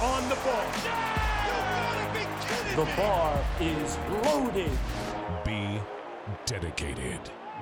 on the ball. The bar is loaded. Be dedicated.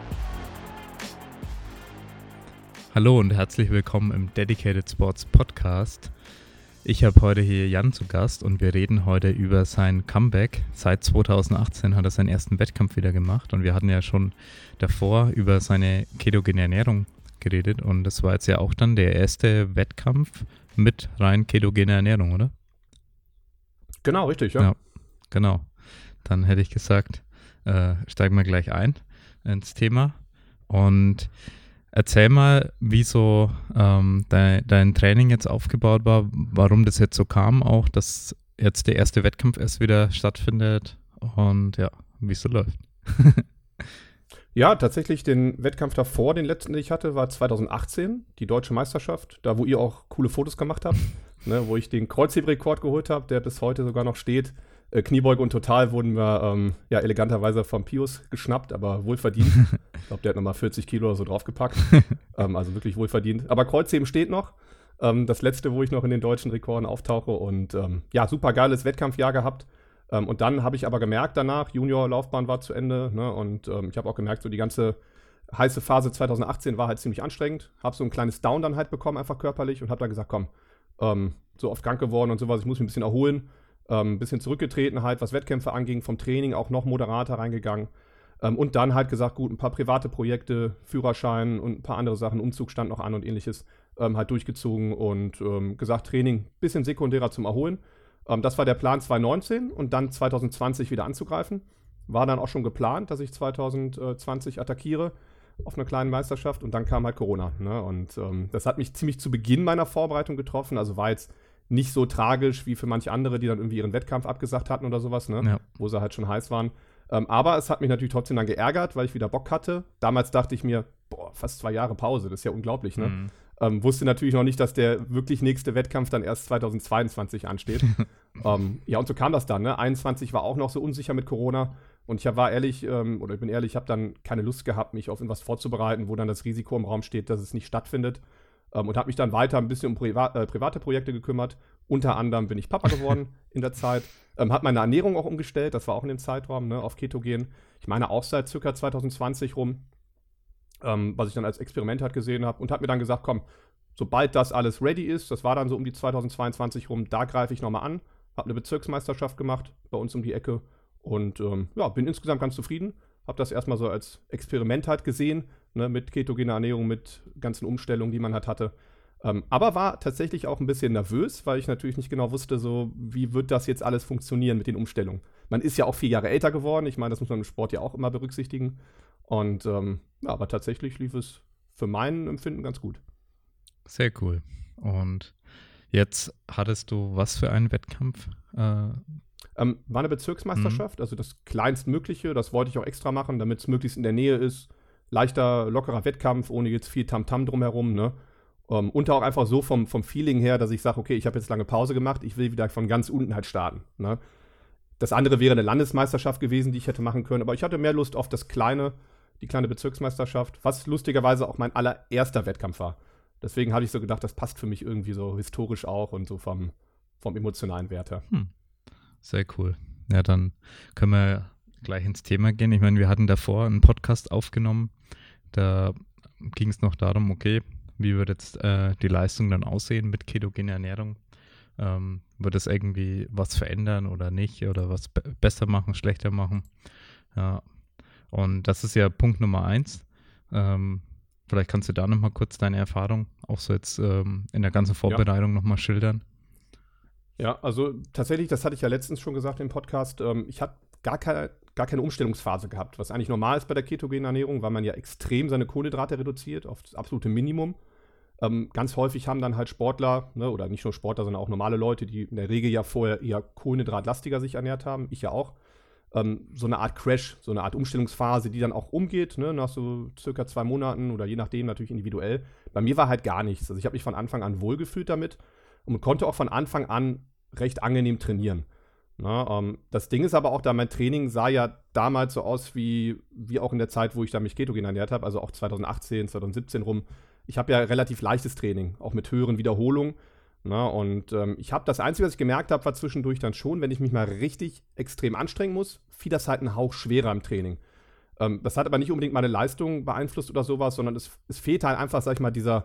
Hallo und herzlich willkommen im Dedicated Sports Podcast. Ich habe heute hier Jan zu Gast und wir reden heute über sein Comeback. Seit 2018 hat er seinen ersten Wettkampf wieder gemacht und wir hatten ja schon davor über seine ketogene Ernährung geredet und das war jetzt ja auch dann der erste Wettkampf mit rein ketogener Ernährung, oder? Genau, richtig, ja. Ja, genau. Dann hätte ich gesagt, steigen wir gleich ein ins Thema und erzähl mal, wie so dein Training jetzt aufgebaut war, warum das jetzt so kam, auch dass jetzt der erste Wettkampf erst wieder stattfindet und ja, wie es so läuft. Ja, tatsächlich den Wettkampf davor, den letzten, den ich hatte, war 2018, die Deutsche Meisterschaft, da wo ihr auch coole Fotos gemacht habt, ne, wo ich den Kreuzhebrekord geholt habe, der bis heute sogar noch steht. Kniebeuge und Total wurden wir eleganterweise vom Pius geschnappt, aber wohlverdient. Ich glaube, der hat nochmal 40 Kilo oder so draufgepackt. Also wirklich wohlverdient. Aber Kreuzheben steht noch. Das letzte, wo ich noch in den deutschen Rekorden auftauche. Und super geiles Wettkampfjahr gehabt. Und dann habe ich aber gemerkt danach, Junior-Laufbahn war zu Ende. Ne, und ich habe auch gemerkt, so die ganze heiße Phase 2018 war halt ziemlich anstrengend. Habe so ein kleines Down dann halt bekommen, einfach körperlich. Und habe dann gesagt, komm, so oft krank geworden und sowas, ich muss mich ein bisschen erholen. Ein bisschen zurückgetreten halt, was Wettkämpfe anging, vom Training auch noch moderater reingegangen. Und dann halt gesagt, gut, ein paar private Projekte, Führerschein und ein paar andere Sachen, Umzug stand noch an und ähnliches, halt durchgezogen und gesagt, Training bisschen sekundärer zum Erholen. Das war der Plan 2019 und dann 2020 wieder anzugreifen. War dann auch schon geplant, dass ich 2020 attackiere auf einer kleinen Meisterschaft und dann kam halt Corona. Ne? Und das hat mich ziemlich zu Beginn meiner Vorbereitung getroffen, also war jetzt nicht so tragisch wie für manche andere, die dann irgendwie ihren Wettkampf abgesagt hatten oder sowas, ne? Ja. Wo sie halt schon heiß waren. Aber es hat mich natürlich trotzdem dann geärgert, weil ich wieder Bock hatte. Damals dachte ich mir, fast 2 Jahre Pause, das ist ja unglaublich, ne? Wusste natürlich noch nicht, dass der wirklich nächste Wettkampf dann erst 2022 ansteht. Und so kam das dann, ne? 21 war auch noch so unsicher mit Corona. Und ich bin ehrlich, ich habe dann keine Lust gehabt, mich auf irgendwas vorzubereiten, wo dann das Risiko im Raum steht, dass es nicht stattfindet. Und habe mich dann weiter ein bisschen um private Projekte gekümmert. Unter anderem bin ich Papa geworden in der Zeit. Habe meine Ernährung auch umgestellt, das war auch in dem Zeitraum, ne, auf Ketogen. Ich meine auch seit ca. 2020 rum, was ich dann als Experiment halt gesehen habe. Und habe mir dann gesagt, komm, sobald das alles ready ist, das war dann so um die 2022 rum, da greife ich nochmal an. Habe eine Bezirksmeisterschaft gemacht, bei uns um die Ecke. Und bin insgesamt ganz zufrieden. Habe das erstmal so als Experiment halt gesehen, ne, mit ketogener Ernährung, mit ganzen Umstellungen, die man halt hatte. Aber war tatsächlich auch ein bisschen nervös, weil ich natürlich nicht genau wusste, so wie wird das jetzt alles funktionieren mit den Umstellungen. Man ist ja auch 4 Jahre älter geworden. Ich meine, das muss man im Sport ja auch immer berücksichtigen. Und aber tatsächlich lief es für mein Empfinden ganz gut. Sehr cool. Und jetzt hattest du was für einen Wettkampf? War eine Bezirksmeisterschaft, also das kleinstmögliche. Das wollte ich auch extra machen, damit es möglichst in der Nähe ist. Leichter, lockerer Wettkampf, ohne jetzt viel Tamtam drumherum, ne? Und auch einfach so vom Feeling her, dass ich sage, okay, ich habe jetzt lange Pause gemacht, ich will wieder von ganz unten halt starten, ne? Das andere wäre eine Landesmeisterschaft gewesen, die ich hätte machen können, aber ich hatte mehr Lust auf die kleine Bezirksmeisterschaft, was lustigerweise auch mein allererster Wettkampf war. Deswegen habe ich so gedacht, das passt für mich irgendwie so historisch auch und so vom emotionalen Wert her. Sehr cool. Ja, dann können wir gleich ins Thema gehen. Ich meine, wir hatten davor einen Podcast aufgenommen, da ging es noch darum, okay, wie wird jetzt die Leistung dann aussehen mit ketogener Ernährung? Wird es irgendwie was verändern oder nicht? Oder was besser machen, schlechter machen? Ja. Und das ist ja Punkt Nummer 1. Vielleicht kannst du da nochmal kurz deine Erfahrung auch so jetzt in der ganzen Vorbereitung nochmal schildern. Ja, also tatsächlich, das hatte ich ja letztens schon gesagt im Podcast, ich habe gar keine Umstellungsphase gehabt, was eigentlich normal ist bei der ketogenen Ernährung, weil man ja extrem seine Kohlenhydrate reduziert auf das absolute Minimum. Ganz häufig haben dann halt Sportler, ne, oder nicht nur Sportler, sondern auch normale Leute, die in der Regel ja vorher eher kohlenhydratlastiger sich ernährt haben, ich ja auch, so eine Art Crash, so eine Art Umstellungsphase, die dann auch umgeht, ne, nach so circa 2 Monaten oder je nachdem natürlich individuell. Bei mir war halt gar nichts. Also ich habe mich von Anfang an wohlgefühlt damit und konnte auch von Anfang an recht angenehm trainieren. Na, das Ding ist aber auch, da mein Training sah ja damals so aus wie auch in der Zeit, wo ich da mich ketogen ernährt habe, also auch 2018, 2017 rum. Ich habe ja relativ leichtes Training, auch mit höheren Wiederholungen. Na, und ich habe das Einzige, was ich gemerkt habe, war zwischendurch dann schon, wenn ich mich mal richtig extrem anstrengen muss, fiel das halt einen Hauch schwerer im Training. Das hat aber nicht unbedingt meine Leistung beeinflusst oder sowas, sondern es fehlt halt einfach, sag ich mal, dieser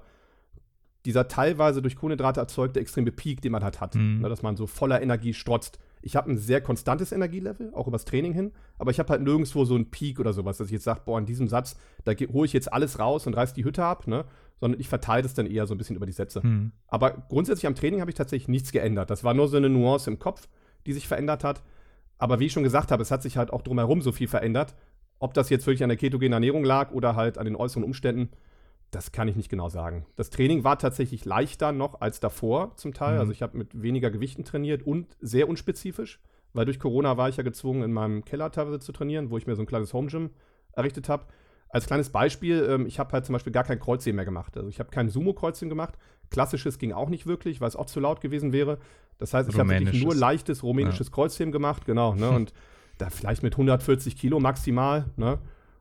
teilweise durch Kohlenhydrate erzeugte extreme Peak, den man halt hat. Ne, dass man so voller Energie strotzt. Ich habe ein sehr konstantes Energielevel, auch übers Training hin, aber ich habe halt nirgendwo so einen Peak oder sowas, dass ich jetzt sage, boah, in diesem Satz, da hole ich jetzt alles raus und reiß die Hütte ab, ne? Sondern ich verteile das dann eher so ein bisschen über die Sätze. Aber grundsätzlich am Training habe ich tatsächlich nichts geändert. Das war nur so eine Nuance im Kopf, die sich verändert hat. Aber wie ich schon gesagt habe, es hat sich halt auch drumherum so viel verändert. Ob das jetzt wirklich an der ketogenen Ernährung lag oder halt an den äußeren Umständen, das kann ich nicht genau sagen. Das Training war tatsächlich leichter noch als davor zum Teil. Also ich habe mit weniger Gewichten trainiert und sehr unspezifisch, weil durch Corona war ich ja gezwungen, in meinem Keller teilweise zu trainieren, wo ich mir so ein kleines Home-Gym errichtet habe. Als kleines Beispiel, ich habe halt zum Beispiel gar kein Kreuzheben mehr gemacht. Also ich habe kein Sumo-Kreuzheben gemacht. Klassisches ging auch nicht wirklich, weil es auch zu laut gewesen wäre. Das heißt, ich habe wirklich nur leichtes rumänisches Kreuzheben gemacht, genau. Ne? Und da vielleicht mit 140 Kilo maximal, ne?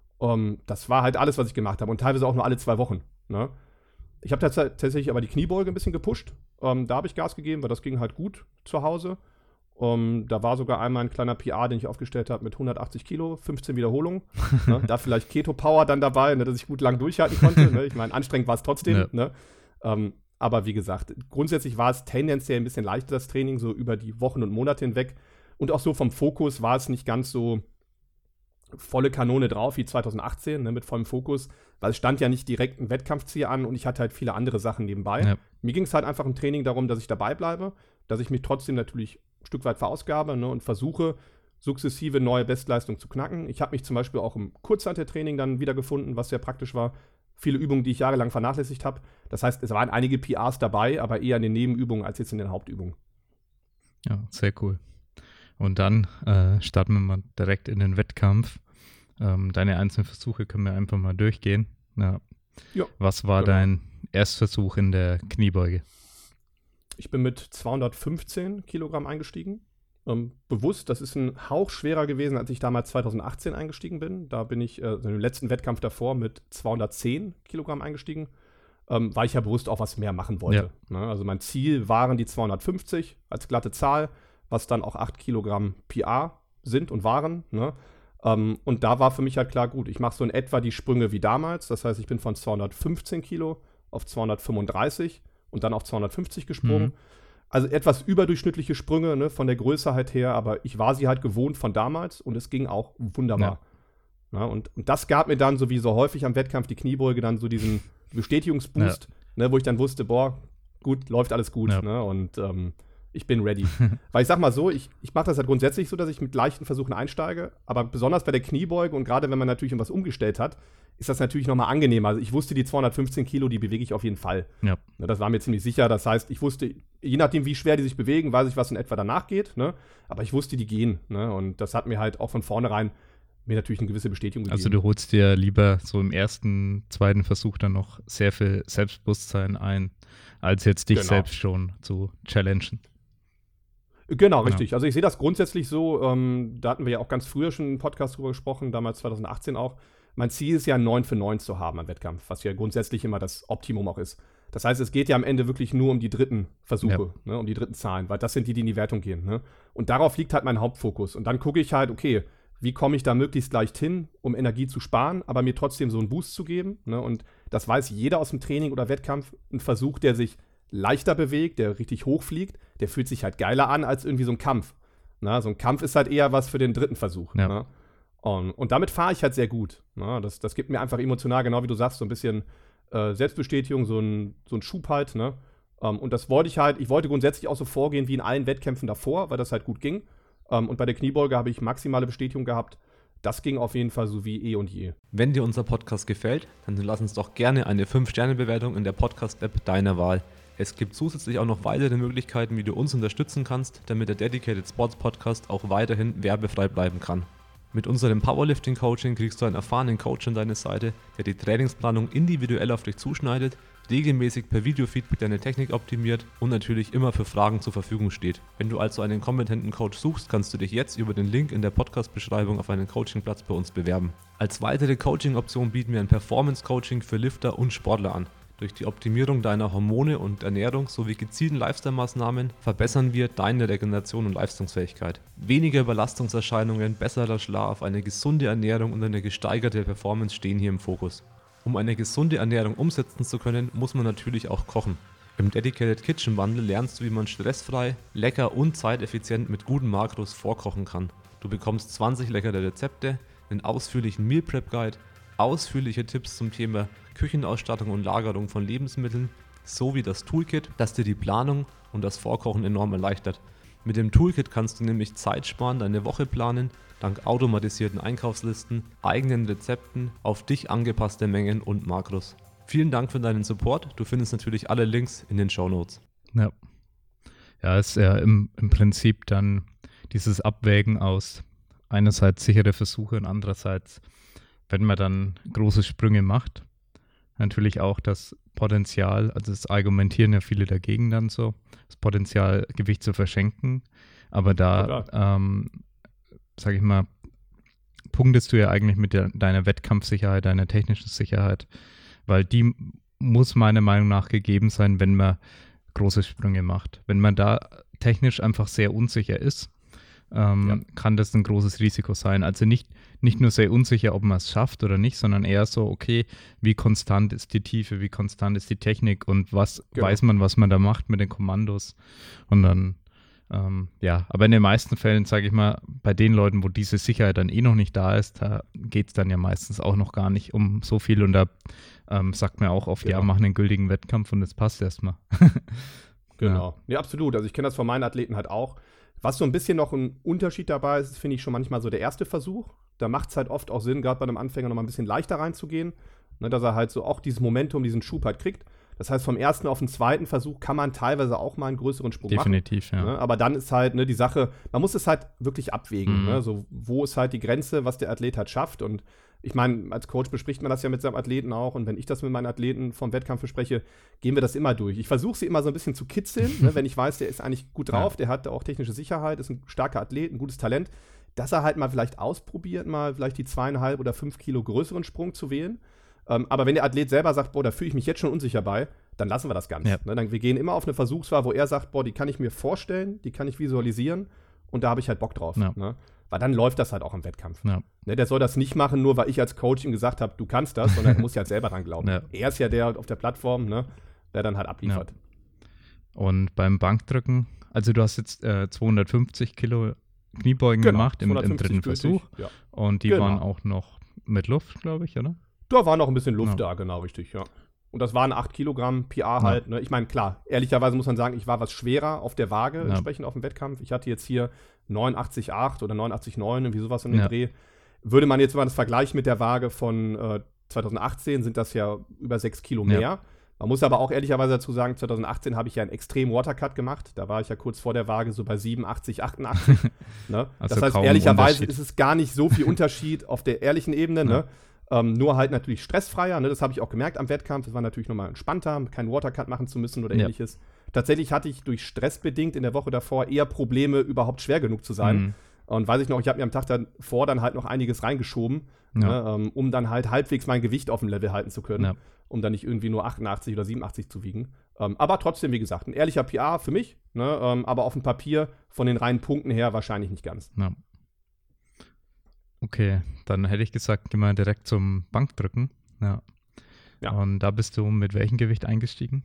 Das war halt alles, was ich gemacht habe und teilweise auch nur alle 2 Wochen. Ne? Ich habe tatsächlich aber die Kniebeuge ein bisschen gepusht. Da habe ich Gas gegeben, weil das ging halt gut zu Hause. Da war sogar einmal ein kleiner PR, den ich aufgestellt habe mit 180 Kilo, 15 Wiederholungen. Ne? Da vielleicht Keto-Power dann dabei, ne, dass ich gut lang durchhalten konnte. Ne? Ich meine, anstrengend war es trotzdem. Ja. Ne? Aber wie gesagt, grundsätzlich war es tendenziell ein bisschen leichter, das Training, so über die Wochen und Monate hinweg. Und auch so vom Fokus war es nicht ganz so volle Kanone drauf wie 2018, ne, mit vollem Fokus, weil es stand ja nicht direkt ein Wettkampfziel an und ich hatte halt viele andere Sachen nebenbei. Ja. Mir ging es halt einfach im Training darum, dass ich dabei bleibe, dass ich mich trotzdem natürlich ein Stück weit verausgabe, ne, und versuche, sukzessive neue Bestleistungen zu knacken. Ich habe mich zum Beispiel auch im Kurzhanteltraining dann wiedergefunden, was sehr praktisch war. Viele Übungen, die ich jahrelang vernachlässigt habe. Das heißt, es waren einige PRs dabei, aber eher in den Nebenübungen als jetzt in den Hauptübungen. Ja, sehr cool. Und dann starten wir mal direkt in den Wettkampf. Deine einzelnen Versuche können wir einfach mal durchgehen. Ja. Was war dein Erstversuch in der Kniebeuge? Ich bin mit 215 Kilogramm eingestiegen. Bewusst, das ist ein Hauch schwerer gewesen, als ich damals 2018 eingestiegen bin. Da bin ich im letzten Wettkampf davor mit 210 Kilogramm eingestiegen, weil ich ja bewusst auch was mehr machen wollte. Ja. Ne? Also mein Ziel waren die 250 als glatte Zahl, was dann auch 8 Kilogramm PR sind und waren. Ne? Und da war für mich halt klar, gut, ich mache so in etwa die Sprünge wie damals. Das heißt, ich bin von 215 Kilo auf 235 und dann auf 250 gesprungen. Also etwas überdurchschnittliche Sprünge, ne, von der Größe halt her, aber ich war sie halt gewohnt von damals und es ging auch wunderbar. Ja. Ja, und das gab mir dann, so wie so häufig am Wettkampf, die Kniebeuge dann so diesen Bestätigungsboost, ne, wo ich dann wusste, boah, gut, läuft alles gut. Ja. Ne, und ich bin ready. Weil ich sag mal so, ich mache das halt grundsätzlich so, dass ich mit leichten Versuchen einsteige, aber besonders bei der Kniebeuge und gerade wenn man natürlich irgendwas umgestellt hat, ist das natürlich nochmal angenehmer. Also ich wusste, die 215 Kilo, die bewege ich auf jeden Fall. Ja. Ne, das war mir ziemlich sicher. Das heißt, ich wusste, je nachdem, wie schwer die sich bewegen, weiß ich, was in etwa danach geht. Ne? Aber ich wusste, die gehen. Ne? Und das hat mir halt auch von vornherein mir natürlich eine gewisse Bestätigung gegeben. Also du holst dir lieber so im ersten, zweiten Versuch dann noch sehr viel Selbstbewusstsein ein, als jetzt dich selbst schon zu challengen. Genau, richtig. Also ich sehe das grundsätzlich so, da hatten wir ja auch ganz früher schon einen Podcast drüber gesprochen, damals 2018 auch. Mein Ziel ist ja, 9 für 9 zu haben am Wettkampf, was ja grundsätzlich immer das Optimum auch ist. Das heißt, es geht ja am Ende wirklich nur um die dritten Versuche, ne, um die dritten Zahlen, weil das sind die in die Wertung gehen. Ne? Und darauf liegt halt mein Hauptfokus. Und dann gucke ich halt, okay, wie komme ich da möglichst leicht hin, um Energie zu sparen, aber mir trotzdem so einen Boost zu geben. Ne? Und das weiß jeder aus dem Training oder Wettkampf. Ein Versuch, der sich leichter bewegt, der richtig hoch fliegt, der fühlt sich halt geiler an als irgendwie so ein Kampf. Na, so ein Kampf ist halt eher was für den dritten Versuch. Ja. Ne? Und damit fahre ich halt sehr gut. Ne? Das gibt mir einfach emotional, genau wie du sagst, so ein bisschen Selbstbestätigung, so ein Schub halt. Ne? Und das wollte ich wollte grundsätzlich auch so vorgehen wie in allen Wettkämpfen davor, weil das halt gut ging. Und bei der Kniebeuge habe ich maximale Bestätigung gehabt. Das ging auf jeden Fall so wie eh und je. Wenn dir unser Podcast gefällt, dann lass uns doch gerne eine 5-Sterne-Bewertung in der Podcast-App deiner Wahl. Es gibt zusätzlich auch noch weitere Möglichkeiten, wie du uns unterstützen kannst, damit der Dedicated Sports Podcast auch weiterhin werbefrei bleiben kann. Mit unserem Powerlifting-Coaching kriegst du einen erfahrenen Coach an deine Seite, der die Trainingsplanung individuell auf dich zuschneidet, regelmäßig per Videofeedback deine Technik optimiert und natürlich immer für Fragen zur Verfügung steht. Wenn du also einen kompetenten Coach suchst, kannst du dich jetzt über den Link in der Podcast-Beschreibung auf einen Coachingplatz bei uns bewerben. Als weitere Coaching-Option bieten wir ein Performance-Coaching für Lifter und Sportler an. Durch die Optimierung deiner Hormone und Ernährung sowie gezielten Lifestyle-Maßnahmen verbessern wir deine Regeneration und Leistungsfähigkeit. Weniger Überlastungserscheinungen, besserer Schlaf, eine gesunde Ernährung und eine gesteigerte Performance stehen hier im Fokus. Um eine gesunde Ernährung umsetzen zu können, muss man natürlich auch kochen. Im Dedicated Kitchen Bundle lernst du, wie man stressfrei, lecker und zeiteffizient mit guten Makros vorkochen kann. Du bekommst 20 leckere Rezepte, einen ausführlichen Meal Prep Guide, ausführliche Tipps zum Thema Küchenausstattung und Lagerung von Lebensmitteln sowie das Toolkit, das dir die Planung und das Vorkochen enorm erleichtert. Mit dem Toolkit kannst du nämlich Zeit sparen, deine Woche planen, dank automatisierten Einkaufslisten, eigenen Rezepten, auf dich angepasste Mengen und Makros. Vielen Dank für deinen Support. Du findest natürlich alle Links in den Shownotes. Ja. Ja, ist ja im Prinzip dann dieses Abwägen aus einerseits sichere Versuche und andererseits, wenn man dann große Sprünge macht, natürlich auch das Potenzial, also das argumentieren ja viele dagegen dann so, das Potenzial, Gewicht zu verschenken. Aber da, sage ich mal, punktest du ja eigentlich mit deiner Wettkampfsicherheit, deiner technischen Sicherheit, weil die muss meiner Meinung nach gegeben sein, wenn man große Sprünge macht. Wenn man da technisch einfach sehr unsicher ist, kann das ein großes Risiko sein. Also nicht nur sehr unsicher, ob man es schafft oder nicht, sondern eher so, okay, wie konstant ist die Tiefe, wie konstant ist die Technik und was weiß man, was man da macht mit den Kommandos. Und dann, aber in den meisten Fällen, sage ich mal, bei den Leuten, wo diese Sicherheit dann noch nicht da ist, da geht es dann ja meistens auch noch gar nicht um so viel und da sagt man auch oft, mach einen gültigen Wettkampf und das passt erstmal. Genau. Ja, absolut. Also ich kenne das von meinen Athleten halt auch. Was so ein bisschen noch ein Unterschied dabei ist, finde ich schon manchmal so der erste Versuch. Da macht es halt oft auch Sinn, gerade bei einem Anfänger noch mal ein bisschen leichter reinzugehen, ne, dass er halt so auch dieses Momentum, diesen Schub halt kriegt. Das heißt, vom ersten auf den zweiten Versuch kann man teilweise auch mal einen größeren Sprung Definitiv, machen. Ja. Ne? Aber dann ist halt die Sache, man muss es halt wirklich abwägen. Ne? So, wo ist halt die Grenze, was der Athlet halt schafft. Und ich meine, als Coach bespricht man das ja mit seinem Athleten auch. Und wenn ich das mit meinen Athleten vom Wettkampf bespreche, gehen wir das immer durch. Ich versuche sie immer so ein bisschen zu kitzeln, ne? Wenn ich weiß, der ist eigentlich gut drauf, der hat auch technische Sicherheit, ist ein starker Athlet, ein gutes Talent, dass er halt mal vielleicht ausprobiert, mal vielleicht die 2,5 oder 5 Kilo größeren Sprung zu wählen. Aber wenn der Athlet selber sagt, boah, da fühle ich mich jetzt schon unsicher bei, dann lassen wir das ganz. Ja. Ne? Wir gehen immer auf eine Versuchswahl, wo er sagt, boah, die kann ich mir vorstellen, die kann ich visualisieren und da habe ich halt Bock drauf. Ja. Ne? Weil dann läuft das halt auch im Wettkampf. Ja. Ne, der soll das nicht machen, nur weil ich als Coach ihm gesagt habe, du kannst das, sondern er muss ja halt selber dran glauben. Ja. Er ist ja der auf der Plattform, ne, der dann halt abliefert. Ja. Und beim Bankdrücken, also du hast jetzt 250 Kilo Kniebeugen gemacht im dritten Versuch. Ja. Und die waren auch noch mit Luft, glaube ich, oder? Da war noch ein bisschen Luft da, genau, richtig, ja. Und das waren 8 Kilogramm PR halt. Ne? Ich meine, klar, ehrlicherweise muss man sagen, ich war was schwerer auf der Waage, entsprechend auf dem Wettkampf. Ich hatte jetzt hier 89,8 oder 89,9, irgendwie sowas in den Dreh. Würde man jetzt mal das vergleichen mit der Waage von 2018, sind das ja über 6 Kilo mehr. Ja. Man muss aber auch ehrlicherweise dazu sagen, 2018 habe ich ja einen extremen Watercut gemacht. Da war ich ja kurz vor der Waage so bei 87, 88. Ne? Also das heißt, ehrlicherweise ist es gar nicht so viel Unterschied auf der ehrlichen Ebene, ne? Nur halt natürlich stressfreier, ne? Das habe ich auch gemerkt am Wettkampf. Es war natürlich nochmal entspannter, keinen Watercut machen zu müssen oder ähnliches. Tatsächlich hatte ich durch Stress bedingt in der Woche davor eher Probleme, überhaupt schwer genug zu sein. Und weiß ich noch, ich habe mir am Tag davor dann halt noch einiges reingeschoben, ne? Um dann halt halbwegs mein Gewicht auf dem Level halten zu können, um dann nicht irgendwie nur 88 oder 87 zu wiegen. Aber trotzdem, wie gesagt, ein ehrlicher PR für mich, ne? Aber auf dem Papier von den reinen Punkten her wahrscheinlich nicht ganz. Ja. Okay, dann hätte ich gesagt, gehen wir direkt zum Bankdrücken. Ja. Und da bist du mit welchem Gewicht eingestiegen?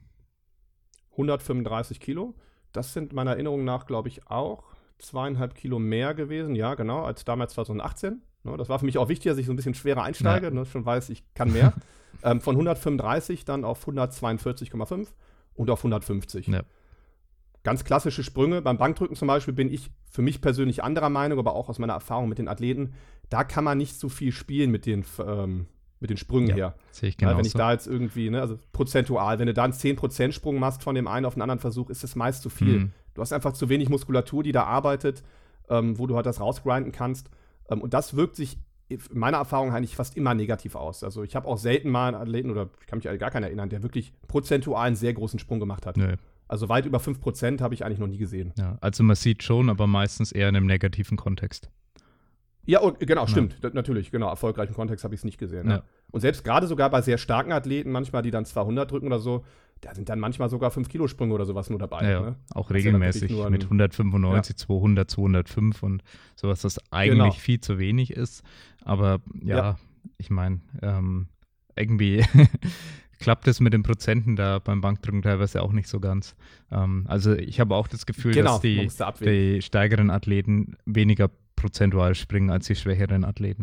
135 Kilo. Das sind meiner Erinnerung nach, glaube ich, auch 2,5 Kilo mehr gewesen, ja, genau, als damals 2018. Ne, das war für mich auch wichtig, dass ich so ein bisschen schwerer einsteige, ne, schon weiß, ich kann mehr. Von 135 dann auf 142,5 und auf 150. Ja. Ganz klassische Sprünge. Beim Bankdrücken zum Beispiel bin ich für mich persönlich anderer Meinung, aber auch aus meiner Erfahrung mit den Athleten, da kann man nicht so viel spielen mit den Sprüngen her. Sehe ich genauso. Wenn ich da jetzt irgendwie, ne, also prozentual, wenn du da einen 10% Sprung machst von dem einen auf den anderen Versuch, ist das meist zu viel. Du hast einfach zu wenig Muskulatur, die da arbeitet, wo du halt das rausgrinden kannst. Und das wirkt sich in meiner Erfahrung eigentlich fast immer negativ aus. Also ich habe auch selten mal einen Athleten, oder ich kann mich gar keinen erinnern, der wirklich prozentual einen sehr großen Sprung gemacht hat. Nö. Also weit über 5% habe ich eigentlich noch nie gesehen. Ja, also man sieht schon, aber meistens eher in einem negativen Kontext. Ja, genau, stimmt. Natürlich, genau. Erfolgreichen Kontext habe ich es nicht gesehen. Ja. Und selbst gerade sogar bei sehr starken Athleten, manchmal, die dann 200 drücken oder so, da sind dann manchmal sogar 5-Kilo-Sprünge oder sowas nur dabei. Ja, Ne? auch Das ist regelmäßig ja mit 195, 200, 205 und sowas, das eigentlich viel zu wenig ist. Aber ich meine, irgendwie klappt es mit den Prozenten da beim Bankdrücken teilweise auch nicht so ganz. Also ich habe auch das Gefühl, dass die stärkeren Athleten weniger prozentual springen als die schwächeren Athleten.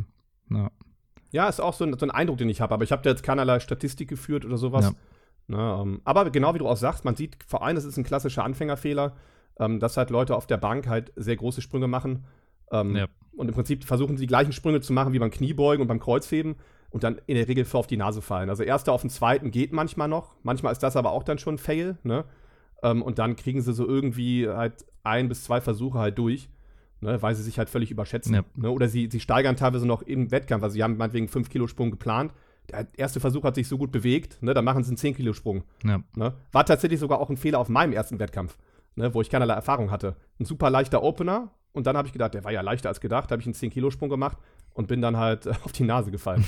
Ja, ist auch so ein Eindruck, den ich habe. Aber ich habe da jetzt keinerlei Statistik geführt oder sowas. Ja. Aber genau wie du auch sagst, man sieht vor allem, das ist ein klassischer Anfängerfehler, dass halt Leute auf der Bank halt sehr große Sprünge machen. Und im Prinzip versuchen sie die gleichen Sprünge zu machen wie beim Kniebeugen und beim Kreuzheben und dann in der Regel voll auf die Nase fallen. Also erster auf den zweiten geht manchmal noch. Manchmal ist das aber auch dann schon ein Fail. Ne? Und dann kriegen sie so irgendwie halt 1 bis 2 Versuche halt durch. Ne, weil sie sich halt völlig überschätzen. Ja. Ne, oder sie steigern teilweise noch im Wettkampf. Also sie haben meinetwegen 5-Kilo-Sprung geplant. Der erste Versuch hat sich so gut bewegt, ne, dann machen sie einen 10-Kilo-Sprung. Ja. Ne, war tatsächlich sogar auch ein Fehler auf meinem ersten Wettkampf, ne, wo ich keinerlei Erfahrung hatte. Ein super leichter Opener und dann habe ich gedacht, der war ja leichter als gedacht, habe ich einen 10-Kilo-Sprung gemacht und bin dann halt auf die Nase gefallen.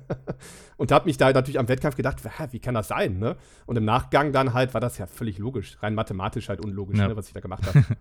Und habe mich da natürlich am Wettkampf gedacht, wie kann das sein? Ne? Und im Nachgang dann halt war das ja völlig logisch, rein mathematisch halt unlogisch, ne, was ich da gemacht habe.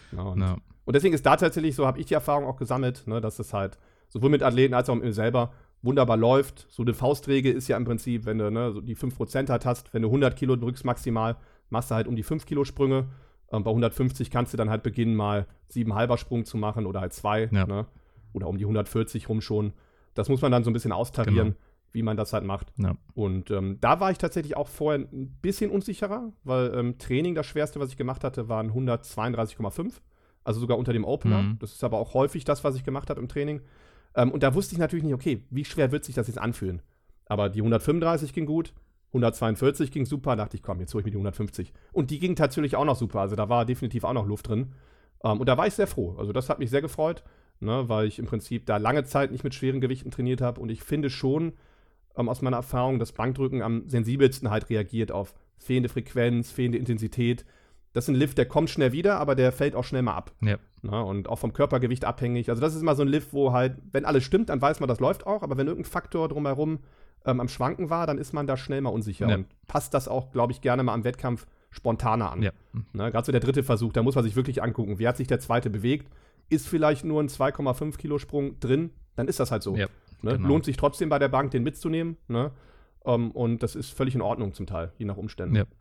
Und deswegen ist da tatsächlich, so habe ich die Erfahrung auch gesammelt, ne, dass es halt sowohl mit Athleten als auch mit mir selber wunderbar läuft. So eine Faustregel ist ja im Prinzip, wenn du so die 5% halt hast, wenn du 100 Kilo drückst maximal, machst du halt um die 5 Kilo Sprünge. Bei 150 kannst du dann halt beginnen, mal 7,5er Sprung zu machen oder halt 2. Ja. Ne? Oder um die 140 rum schon. Das muss man dann so ein bisschen austarieren, wie man das halt macht. Ja. Und da war ich tatsächlich auch vorher ein bisschen unsicherer, weil Training, das Schwerste, was ich gemacht hatte, waren 132,5. Also sogar unter dem Opener. Das ist aber auch häufig das, was ich gemacht habe im Training. Und da wusste ich natürlich nicht, okay, wie schwer wird sich das jetzt anfühlen? Aber die 135 ging gut, 142 ging super, dachte ich, komm, jetzt hole ich mir die 150. Und die ging tatsächlich auch noch super, also da war definitiv auch noch Luft drin. Und da war ich sehr froh, also das hat mich sehr gefreut, ne, weil ich im Prinzip da lange Zeit nicht mit schweren Gewichten trainiert habe. Und ich finde schon, aus meiner Erfahrung, dass Bankdrücken am sensibelsten halt reagiert auf fehlende Frequenz, fehlende Intensität. Das ist ein Lift, der kommt schnell wieder, aber der fällt auch schnell mal ab. Ja. Na, und auch vom Körpergewicht abhängig. Also das ist immer so ein Lift, wo halt, wenn alles stimmt, dann weiß man, das läuft auch. Aber wenn irgendein Faktor drumherum am Schwanken war, dann ist man da schnell mal unsicher. Ja. Und passt das auch, glaube ich, gerne mal am Wettkampf spontaner an. Ja. Gerade so der dritte Versuch, da muss man sich wirklich angucken, wie hat sich der zweite bewegt. Ist vielleicht nur ein 2,5 Kilo Sprung drin, dann ist das halt so. Ja, ne? Genau. Lohnt sich trotzdem bei der Bank, den mitzunehmen. Ne? Und das ist völlig in Ordnung zum Teil, je nach Umständen. Ja,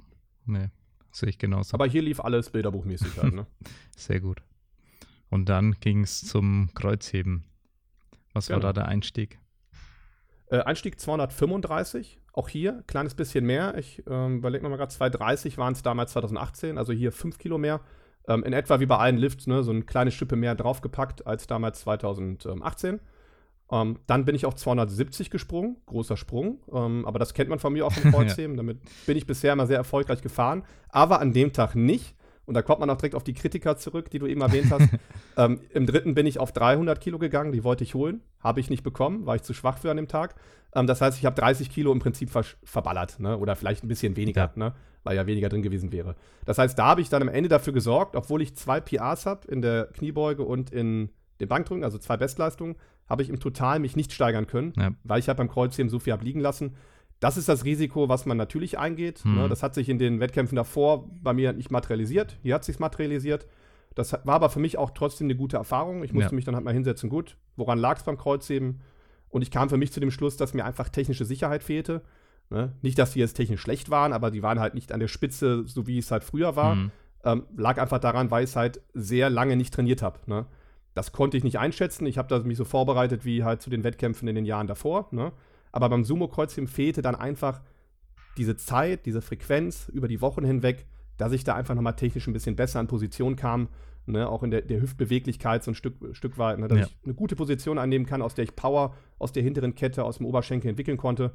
sehe ich genauso. Aber hier lief alles bilderbuchmäßig halt, ne? Sehr gut. Und dann ging es zum Kreuzheben. Was war da der Einstieg? Einstieg 235. Auch hier, kleines bisschen mehr. Ich überlege mal gerade, 230 waren es damals 2018. Also hier 5 Kilo mehr. In etwa wie bei allen Lifts, ne? So ein kleines Schippe mehr draufgepackt als damals 2018. Dann bin ich auf 270 gesprungen, großer Sprung, aber das kennt man von mir auch vom Kreuzheben, damit bin ich bisher immer sehr erfolgreich gefahren, aber an dem Tag nicht, und da kommt man auch direkt auf die Kritiker zurück, die du eben erwähnt hast. Im dritten bin ich auf 300 Kilo gegangen, die wollte ich holen, habe ich nicht bekommen, war ich zu schwach für an dem Tag. Das heißt, ich habe 30 Kilo im Prinzip verballert, ne? Oder vielleicht ein bisschen weniger, ne? Weil ja weniger drin gewesen wäre. Das heißt, da habe ich dann am Ende dafür gesorgt, obwohl ich 2 PRs habe in der Kniebeuge und in den Bankdrücken, also 2 Bestleistungen, habe ich im Total mich nicht steigern können, weil ich halt beim Kreuzheben so viel habe liegen lassen. Das ist das Risiko, was man natürlich eingeht. Ne? Das hat sich in den Wettkämpfen davor bei mir nicht materialisiert. Hier hat es sich materialisiert. Das war aber für mich auch trotzdem eine gute Erfahrung. Ich musste mich dann halt mal hinsetzen, gut, woran lag es beim Kreuzheben? Und ich kam für mich zu dem Schluss, dass mir einfach technische Sicherheit fehlte. Ne? Nicht, dass die jetzt technisch schlecht waren, aber die waren halt nicht an der Spitze, so wie es halt früher war. Lag einfach daran, weil ich es halt sehr lange nicht trainiert habe. Ne? Das konnte ich nicht einschätzen. Ich habe mich so vorbereitet wie halt zu den Wettkämpfen in den Jahren davor. Ne? Aber beim Sumo-Kreuzheben fehlte dann einfach diese Zeit, diese Frequenz über die Wochen hinweg, dass ich da einfach nochmal technisch ein bisschen besser in Position kam. Ne? Auch in der Hüftbeweglichkeit so ein Stück weit, ne? Dass ich eine gute Position einnehmen kann, aus der ich Power aus der hinteren Kette, aus dem Oberschenkel entwickeln konnte.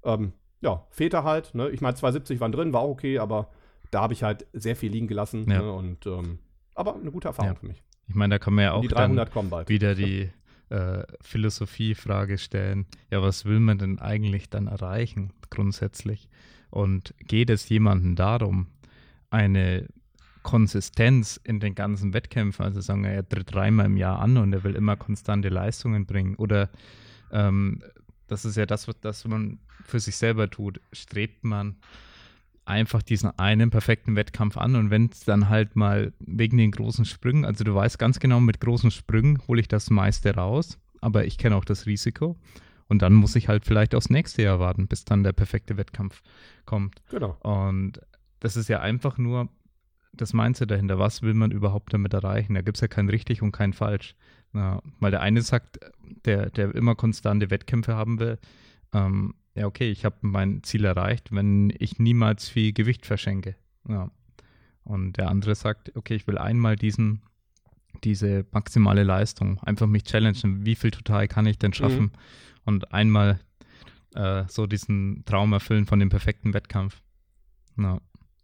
Fehlte halt. Ne? Ich meine, 270 waren drin, war auch okay, aber da habe ich halt sehr viel liegen gelassen. Ne? Und, aber eine gute Erfahrung für mich. Ich meine, da kann man ja auch die 300 kommen bald. Wieder die Philosophiefrage stellen, ja, was will man denn eigentlich dann erreichen, grundsätzlich? Und geht es jemandem darum, eine Konsistenz in den ganzen Wettkämpfen, also sagen wir, er tritt 3-mal im Jahr an und er will immer konstante Leistungen bringen, oder das ist ja das man für sich selber tut. Strebt man einfach diesen einen perfekten Wettkampf an und wenn es dann halt mal wegen den großen Sprüngen, also du weißt ganz genau, mit großen Sprüngen hole ich das meiste raus, aber ich kenne auch das Risiko und dann muss ich halt vielleicht aufs nächste Jahr warten, bis dann der perfekte Wettkampf kommt. Genau. Und das ist ja einfach nur das Mindset dahinter. Was will man überhaupt damit erreichen? Da gibt es ja kein richtig und kein falsch. Ja, weil der eine sagt, der immer konstante Wettkämpfe haben will, ja, okay, ich habe mein Ziel erreicht, wenn ich niemals viel Gewicht verschenke. Ja. Und der andere sagt, okay, ich will einmal diese maximale Leistung, einfach mich challengen, wie viel total kann ich denn schaffen und einmal so diesen Traum erfüllen von dem perfekten Wettkampf. Ja.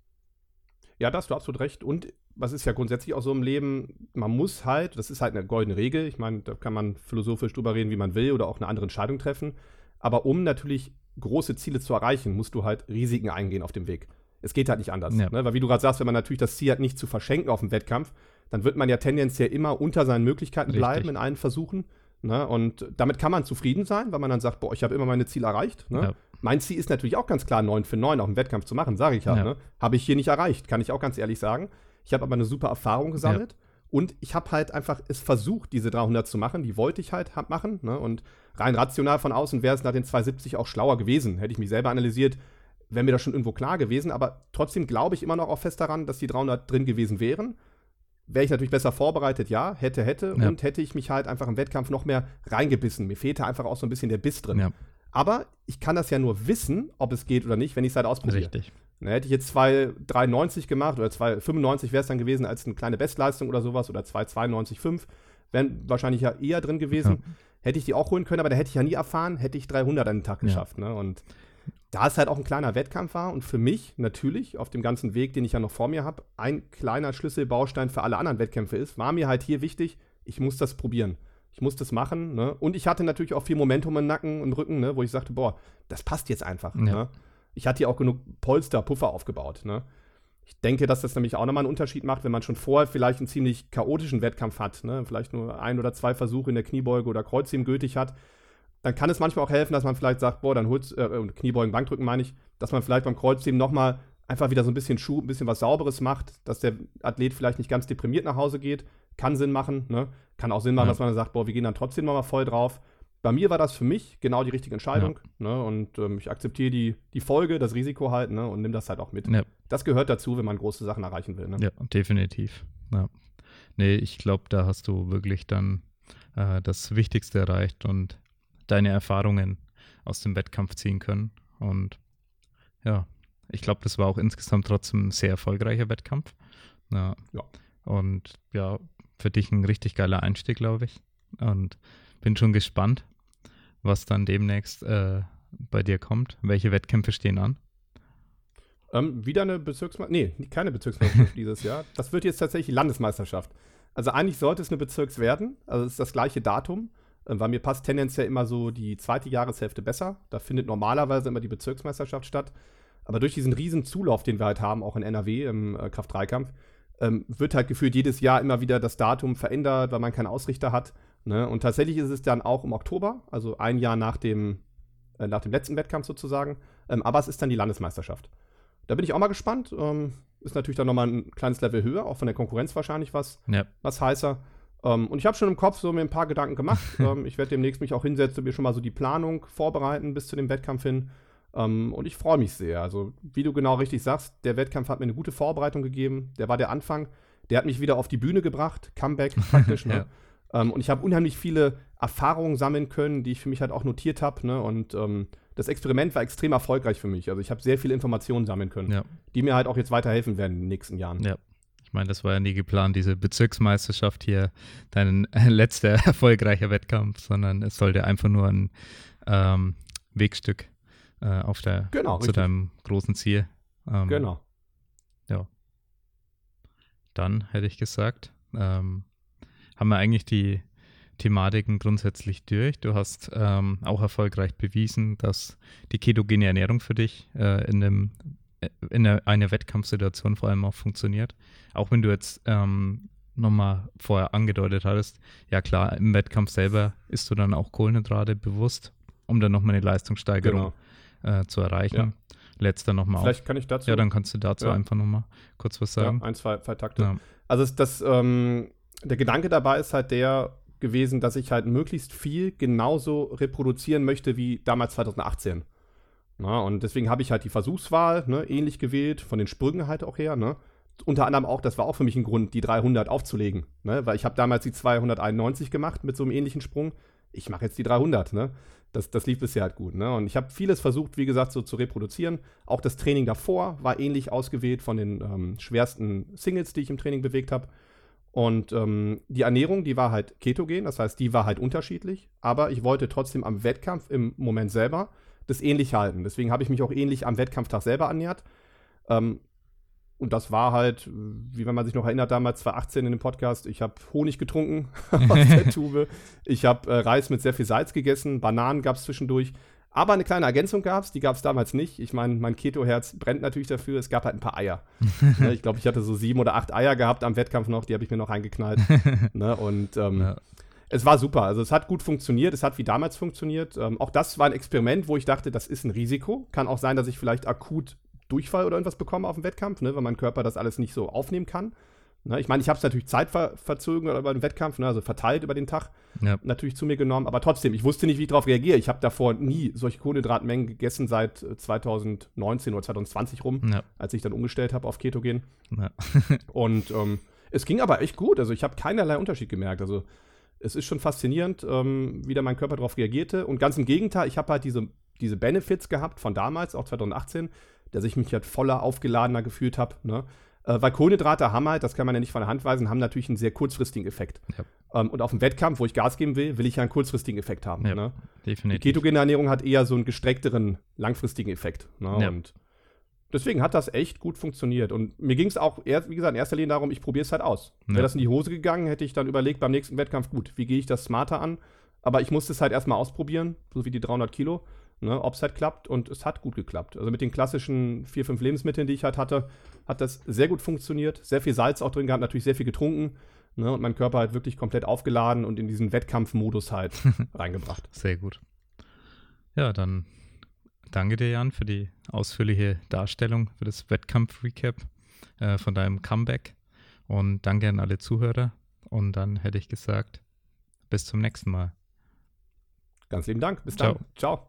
Ja, da hast du absolut recht. Und was ist ja grundsätzlich auch so im Leben, man muss halt, das ist halt eine goldene Regel, ich meine, da kann man philosophisch drüber reden, wie man will oder auch eine andere Entscheidung treffen. Aber um natürlich große Ziele zu erreichen, musst du halt Risiken eingehen auf dem Weg. Es geht halt nicht anders. Ja. Ne? Weil wie du gerade sagst, wenn man natürlich das Ziel hat, nicht zu verschenken auf dem Wettkampf, dann wird man ja tendenziell immer unter seinen Möglichkeiten bleiben in allen Versuchen. Ne? Und damit kann man zufrieden sein, weil man dann sagt, boah, ich habe immer meine Ziele erreicht. Ne? Ja. Mein Ziel ist natürlich auch ganz klar, 9 für 9 auf dem Wettkampf zu machen, sage ich halt. Ne? Habe ich hier nicht erreicht, kann ich auch ganz ehrlich sagen. Ich habe aber eine super Erfahrung gesammelt. Und ich habe halt einfach es versucht, diese 300 zu machen. Die wollte ich halt machen. Ne? Und rein rational von außen wäre es nach den 270 auch schlauer gewesen. Hätte ich mich selber analysiert, wäre mir das schon irgendwo klar gewesen. Aber trotzdem glaube ich immer noch auch fest daran, dass die 300 drin gewesen wären. Wäre ich natürlich besser vorbereitet, ja, hätte. Ja. Und hätte ich mich halt einfach im Wettkampf noch mehr reingebissen. Mir fehlte einfach auch so ein bisschen der Biss drin. Ja. Aber ich kann das ja nur wissen, ob es geht oder nicht, wenn ich es halt ausprobiere. Richtig. Na, hätte ich jetzt 2,93 gemacht oder 2,95 wäre es dann gewesen als eine kleine Bestleistung oder sowas oder 2,92,5, wären wahrscheinlich ja eher drin gewesen. Ja. Hätte ich die auch holen können, aber da hätte ich ja nie erfahren, hätte ich 300 an den Tag geschafft. Ne? Und da es halt auch ein kleiner Wettkampf war und für mich natürlich auf dem ganzen Weg, den ich ja noch vor mir habe, ein kleiner Schlüsselbaustein für alle anderen Wettkämpfe ist, war mir halt hier wichtig, ich muss das probieren. Ich muss das machen. Ne? Und ich hatte natürlich auch viel Momentum im Nacken und Rücken, ne? Wo ich sagte, boah, das passt jetzt einfach. Ja. Ne? Ich hatte hier auch genug Polster, Puffer aufgebaut. Ne? Ich denke, dass das nämlich auch nochmal einen Unterschied macht, wenn man schon vorher vielleicht einen ziemlich chaotischen Wettkampf hat, ne? Vielleicht nur 1 oder 2 Versuche in der Kniebeuge oder Kreuzheben gültig hat. Dann kann es manchmal auch helfen, dass man vielleicht sagt, boah, dann holst Kniebeugen, Bankdrücken meine ich, dass man vielleicht beim Kreuzheben nochmal einfach wieder so ein bisschen Schub, ein bisschen was Sauberes macht, dass der Athlet vielleicht nicht ganz deprimiert nach Hause geht. Kann Sinn machen, ne? Kann auch Sinn machen, dass man dann sagt, boah, wir gehen dann trotzdem nochmal voll drauf. Bei mir war das für mich genau die richtige Entscheidung. Ne? Und ich akzeptiere die Folge, das Risiko halt, ne? Und nehme das halt auch mit. Ja. Das gehört dazu, wenn man große Sachen erreichen will. Ne? Ja, definitiv. Ja. Nee, ich glaube, da hast du wirklich dann das Wichtigste erreicht und deine Erfahrungen aus dem Wettkampf ziehen können. Und ja, ich glaube, das war auch insgesamt trotzdem ein sehr erfolgreicher Wettkampf. Ja. Und ja, für dich ein richtig geiler Einstieg, glaube ich. Und bin schon gespannt, was dann demnächst bei dir kommt. Welche Wettkämpfe stehen an? Wieder eine Bezirksmeisterschaft. Nee, keine Bezirksmeisterschaft dieses Jahr. Das wird jetzt tatsächlich Landesmeisterschaft. Also eigentlich sollte es eine Bezirks werden. Also es ist das gleiche Datum. Weil mir passt tendenziell immer so die zweite Jahreshälfte besser. Da findet normalerweise immer die Bezirksmeisterschaft statt. Aber durch diesen riesen Zulauf, den wir halt haben, auch in NRW im Kraft-3-Kampf, wird halt gefühlt jedes Jahr immer wieder das Datum verändert, weil man keinen Ausrichter hat. Ne? Und tatsächlich ist es dann auch im Oktober, also ein Jahr nach dem letzten Wettkampf sozusagen. Aber es ist dann die Landesmeisterschaft. Da bin ich auch mal gespannt. Ist natürlich dann nochmal ein kleines Level höher, auch von der Konkurrenz wahrscheinlich was heißer. Und ich habe schon im Kopf so mir ein paar Gedanken gemacht. Ich werde demnächst mich auch hinsetzen und mir schon mal so die Planung vorbereiten bis zu dem Wettkampf hin. Und ich freue mich sehr. Also, wie du genau richtig sagst, der Wettkampf hat mir eine gute Vorbereitung gegeben. Der war der Anfang. Der hat mich wieder auf die Bühne gebracht. Comeback praktisch. Ne? Und ich habe unheimlich viele Erfahrungen sammeln können, die ich für mich halt auch notiert habe. Ne? Und das Experiment war extrem erfolgreich für mich. Also, ich habe sehr viele Informationen sammeln können, die mir halt auch jetzt weiterhelfen werden in den nächsten Jahren. Ja. Ich meine, das war ja nie geplant, diese Bezirksmeisterschaft hier, dein letzter erfolgreicher Wettkampf, sondern es sollte einfach nur ein Wegstück zu deinem großen Ziel. Genau. Ja. Dann hätte ich gesagt, haben wir eigentlich die Thematiken grundsätzlich durch. Du hast auch erfolgreich bewiesen, dass die ketogene Ernährung für dich in einer Wettkampfsituation vor allem auch funktioniert. Auch wenn du jetzt nochmal vorher angedeutet hattest, ja klar, im Wettkampf selber isst du dann auch Kohlenhydrate bewusst um dann nochmal eine Leistungssteigerung zu erreichen. Ja. Letzter nochmal auf. Vielleicht kann ich dazu. Ja, dann kannst du dazu einfach nochmal kurz was sagen. Ja, zwei Takte. Ja. Also der Gedanke dabei ist halt der gewesen, dass ich halt möglichst viel genauso reproduzieren möchte wie damals 2018. Na, und deswegen habe ich halt die Versuchswahl ähnlich gewählt, von den Sprüngen halt auch her. Ne? Unter anderem auch, das war auch für mich ein Grund, die 300 aufzulegen. Ne? Weil ich habe damals die 291 gemacht mit so einem ähnlichen Sprung. Ich mache jetzt die 300. Ne? Das lief bisher halt gut. Ne? Und ich habe vieles versucht, wie gesagt, so zu reproduzieren. Auch das Training davor war ähnlich ausgewählt von den schwersten Singles, die ich im Training bewegt habe. Und die Ernährung, die war halt ketogen, das heißt, die war halt unterschiedlich. Aber ich wollte trotzdem am Wettkampf im Moment selber das ähnlich halten. Deswegen habe ich mich auch ähnlich am Wettkampftag selber ernährt. Und das war halt, wie wenn man sich noch erinnert, damals 2018 in dem Podcast, ich habe Honig getrunken aus der Tube. Ich habe Reis mit sehr viel Salz gegessen, Bananen gab es zwischendurch. Aber eine kleine Ergänzung gab es, die gab es damals nicht. Ich meine, mein Keto-Herz brennt natürlich dafür. Es gab halt ein paar Eier. Ne, ich glaube, ich hatte so 7 oder 8 Eier gehabt am Wettkampf noch, die habe ich mir noch reingeknallt. Ne, und es war super. Also es hat gut funktioniert, es hat wie damals funktioniert. Auch das war ein Experiment, wo ich dachte, das ist ein Risiko. Kann auch sein, dass ich vielleicht akut Durchfall oder irgendwas bekomme auf dem Wettkampf, ne, weil mein Körper das alles nicht so aufnehmen kann. Ne, ich meine, ich habe es natürlich zeitverzögert über den Wettkampf, ne, also verteilt über den Tag, natürlich zu mir genommen. Aber trotzdem, ich wusste nicht, wie ich darauf reagiere. Ich habe davor nie solche Kohlenhydratmengen gegessen seit 2019 oder 2020 rum, als ich dann umgestellt habe auf Ketogen. Ja. Und es ging aber echt gut. Also ich habe keinerlei Unterschied gemerkt. Also es ist schon faszinierend, wie da mein Körper darauf reagierte. Und ganz im Gegenteil, ich habe halt diese Benefits gehabt von damals, auch 2018, dass ich mich halt voller, aufgeladener gefühlt habe. Ne? Weil Kohlenhydrate haben halt, das kann man ja nicht von der Hand weisen, haben natürlich einen sehr kurzfristigen Effekt. Ja. Und auf dem Wettkampf, wo ich Gas geben will ich ja einen kurzfristigen Effekt haben. Ja, ne? Definitiv. Die ketogene Ernährung hat eher so einen gestreckteren, langfristigen Effekt. Ne? Ja. Und deswegen hat das echt gut funktioniert. Und mir ging es auch, wie gesagt, in erster Linie darum, ich probiere es halt aus. Ja. Wäre das in die Hose gegangen, hätte ich dann überlegt, beim nächsten Wettkampf, gut, wie gehe ich das smarter an? Aber ich musste es halt erstmal ausprobieren, so wie die 300 Kilo. Ne, ob es halt klappt, und es hat gut geklappt. Also mit den klassischen 4, 5 Lebensmitteln, die ich halt hatte, hat das sehr gut funktioniert. Sehr viel Salz auch drin gehabt, natürlich sehr viel getrunken. Ne, und mein Körper halt wirklich komplett aufgeladen und in diesen Wettkampfmodus halt reingebracht. Sehr gut. Ja, dann danke dir, Jan, für die ausführliche Darstellung, für das Wettkampf-Recap von deinem Comeback. Und danke an alle Zuhörer. Und dann hätte ich gesagt, bis zum nächsten Mal. Ganz lieben Dank. Bis dann. Ciao.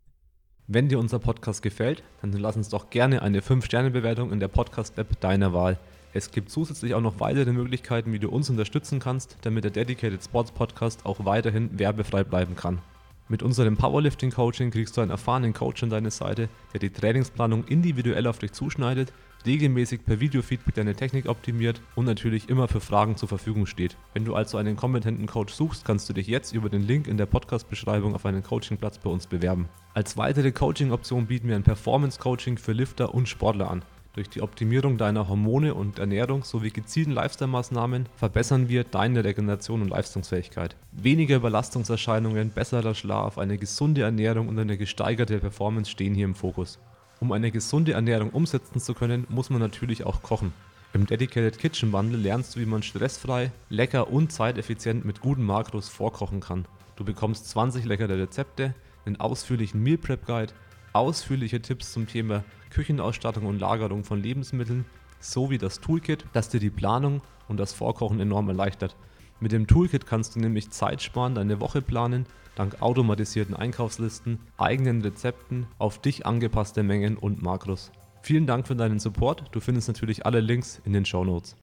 Wenn dir unser Podcast gefällt, dann lass uns doch gerne eine 5-Sterne-Bewertung in der Podcast-App deiner Wahl. Es gibt zusätzlich auch noch weitere Möglichkeiten, wie du uns unterstützen kannst, damit der Dedicated Sports Podcast auch weiterhin werbefrei bleiben kann. Mit unserem Powerlifting-Coaching kriegst du einen erfahrenen Coach an deine Seite, der die Trainingsplanung individuell auf dich zuschneidet, regelmäßig per Videofeedback deine Technik optimiert und natürlich immer für Fragen zur Verfügung steht. Wenn du also einen kompetenten Coach suchst, kannst du dich jetzt über den Link in der Podcast-Beschreibung auf einen Coachingplatz bei uns bewerben. Als weitere Coaching-Option bieten wir ein Performance-Coaching für Lifter und Sportler an. Durch die Optimierung deiner Hormone und Ernährung sowie gezielten Lifestyle-Maßnahmen verbessern wir deine Regeneration und Leistungsfähigkeit. Weniger Überlastungserscheinungen, besserer Schlaf, eine gesunde Ernährung und eine gesteigerte Performance stehen hier im Fokus. Um eine gesunde Ernährung umsetzen zu können, muss man natürlich auch kochen. Im Dedicated Kitchen Bundle lernst du, wie man stressfrei, lecker und zeiteffizient mit guten Makros vorkochen kann. Du bekommst 20 leckere Rezepte, einen ausführlichen Meal Prep Guide, ausführliche Tipps zum Thema Küchenausstattung und Lagerung von Lebensmitteln, sowie das Toolkit, das dir die Planung und das Vorkochen enorm erleichtert. Mit dem Toolkit kannst du nämlich Zeit sparen, deine Woche planen, dank automatisierten Einkaufslisten, eigenen Rezepten, auf dich angepasste Mengen und Makros. Vielen Dank für deinen Support. Du findest natürlich alle Links in den Shownotes.